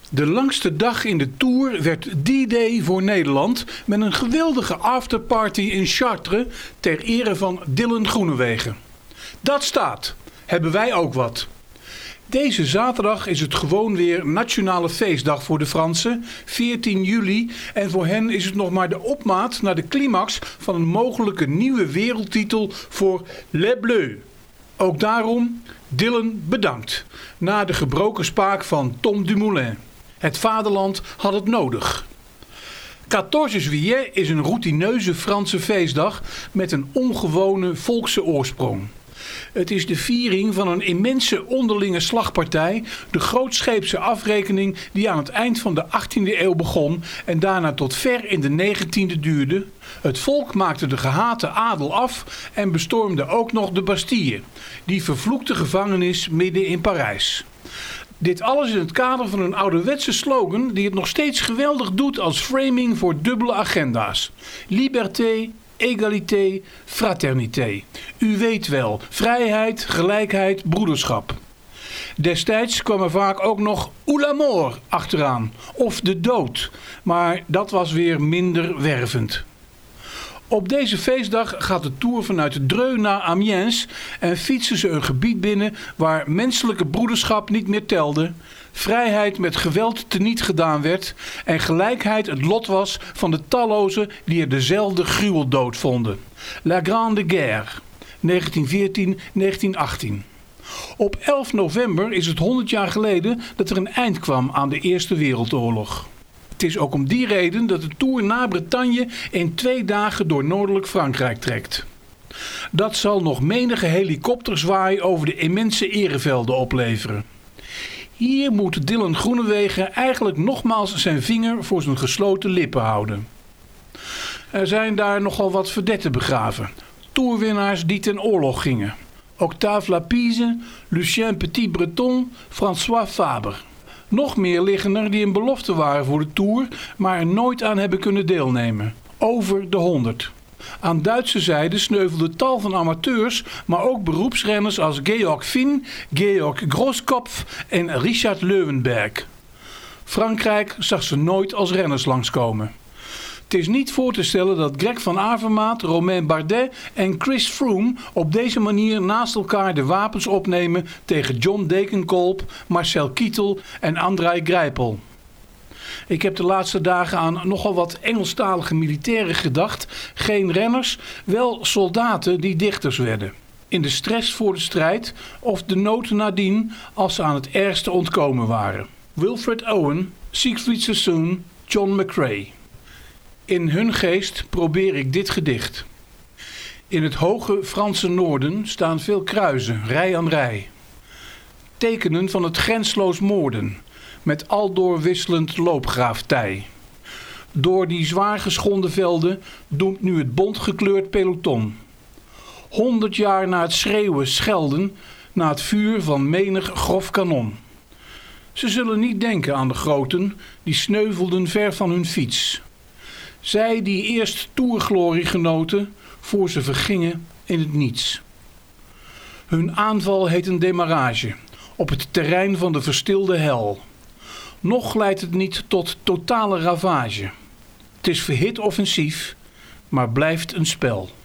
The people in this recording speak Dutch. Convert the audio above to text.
De langste dag in de Tour werd D-Day voor Nederland met een geweldige afterparty in Chartres ter ere van Dylan Groenewegen. Dat staat. Hebben wij ook wat. Deze zaterdag is het gewoon weer nationale feestdag voor de Fransen, 14 juli. En voor hen is het nog maar de opmaat naar de climax van een mogelijke nieuwe wereldtitel voor Les Bleus. Ook daarom, Dylan bedankt. Na de gebroken spaak van Tom Dumoulin. Het vaderland had het nodig. 14 juillet is een routineuze Franse feestdag met een ongewone volkse oorsprong. Het is de viering van een immense onderlinge slagpartij, de grootscheepse afrekening die aan het eind van de 18e eeuw begon en daarna tot ver in de 19e duurde. Het volk maakte de gehate adel af en bestormde ook nog de Bastille, die vervloekte gevangenis midden in Parijs. Dit alles in het kader van een ouderwetse slogan die het nog steeds geweldig doet als framing voor dubbele agenda's. Liberté, égalité, fraternité. U weet wel, vrijheid, gelijkheid, broederschap. Destijds kwam er vaak ook nog ou la mort achteraan, of de dood, maar dat was weer minder wervend. Op deze feestdag gaat de Tour vanuit Dreux naar Amiens en fietsen ze een gebied binnen waar menselijke broederschap niet meer telde, vrijheid met geweld teniet gedaan werd en gelijkheid het lot was van de tallozen die er dezelfde gruweldood vonden. La Grande Guerre, 1914-1918. Op 11 november is het 100 jaar geleden dat er een eind kwam aan de Eerste Wereldoorlog. Het is ook om die reden dat de Tour na Bretagne in 2 dagen door noordelijk Frankrijk trekt. Dat zal nog menige helikopterzwaai over de immense erevelden opleveren. Hier moet Dylan Groenewegen eigenlijk nogmaals zijn vinger voor zijn gesloten lippen houden. Er zijn daar nogal wat verdetten begraven. Tourwinnaars die ten oorlog gingen. Octave Lapise, Lucien Petit-Breton, François Faber. Nog meer liggen er die een belofte waren voor de Tour, maar er nooit aan hebben kunnen deelnemen. Over de 100. Aan Duitse zijde sneuvelden tal van amateurs, maar ook beroepsrenners als Georg Finn, Georg Grosskopf en Richard Leuwenberg. Frankrijk zag ze nooit als renners langskomen. Het is niet voor te stellen dat Greg van Avermaat, Romain Bardet en Chris Froome op deze manier naast elkaar de wapens opnemen tegen John Degenkolb, Marcel Kittel en Andrei Greipel. Ik heb de laatste dagen aan nogal wat Engelstalige militairen gedacht. Geen renners, wel soldaten die dichters werden. In de stress voor de strijd of de nood nadien als ze aan het ergste ontkomen waren. Wilfred Owen, Siegfried Sassoon, John McCrae. In hun geest probeer ik dit gedicht. In het hoge Franse noorden staan veel kruisen, rij aan rij. Tekenen van het grensloos moorden, met aldoor wisselend loopgraaftij. Door die zwaar geschonden velden doemt nu het bontgekleurd peloton. 100 jaar na het schreeuwen, schelden, na het vuur van menig grof kanon. Ze zullen niet denken aan de groten, die sneuvelden ver van hun fiets. Zij die eerst toerglorie genoten, voor ze vergingen in het niets. Hun aanval heet een demarrage, op het terrein van de verstilde hel. Nog leidt het niet tot totale ravage. Het is verhit offensief, maar blijft een spel.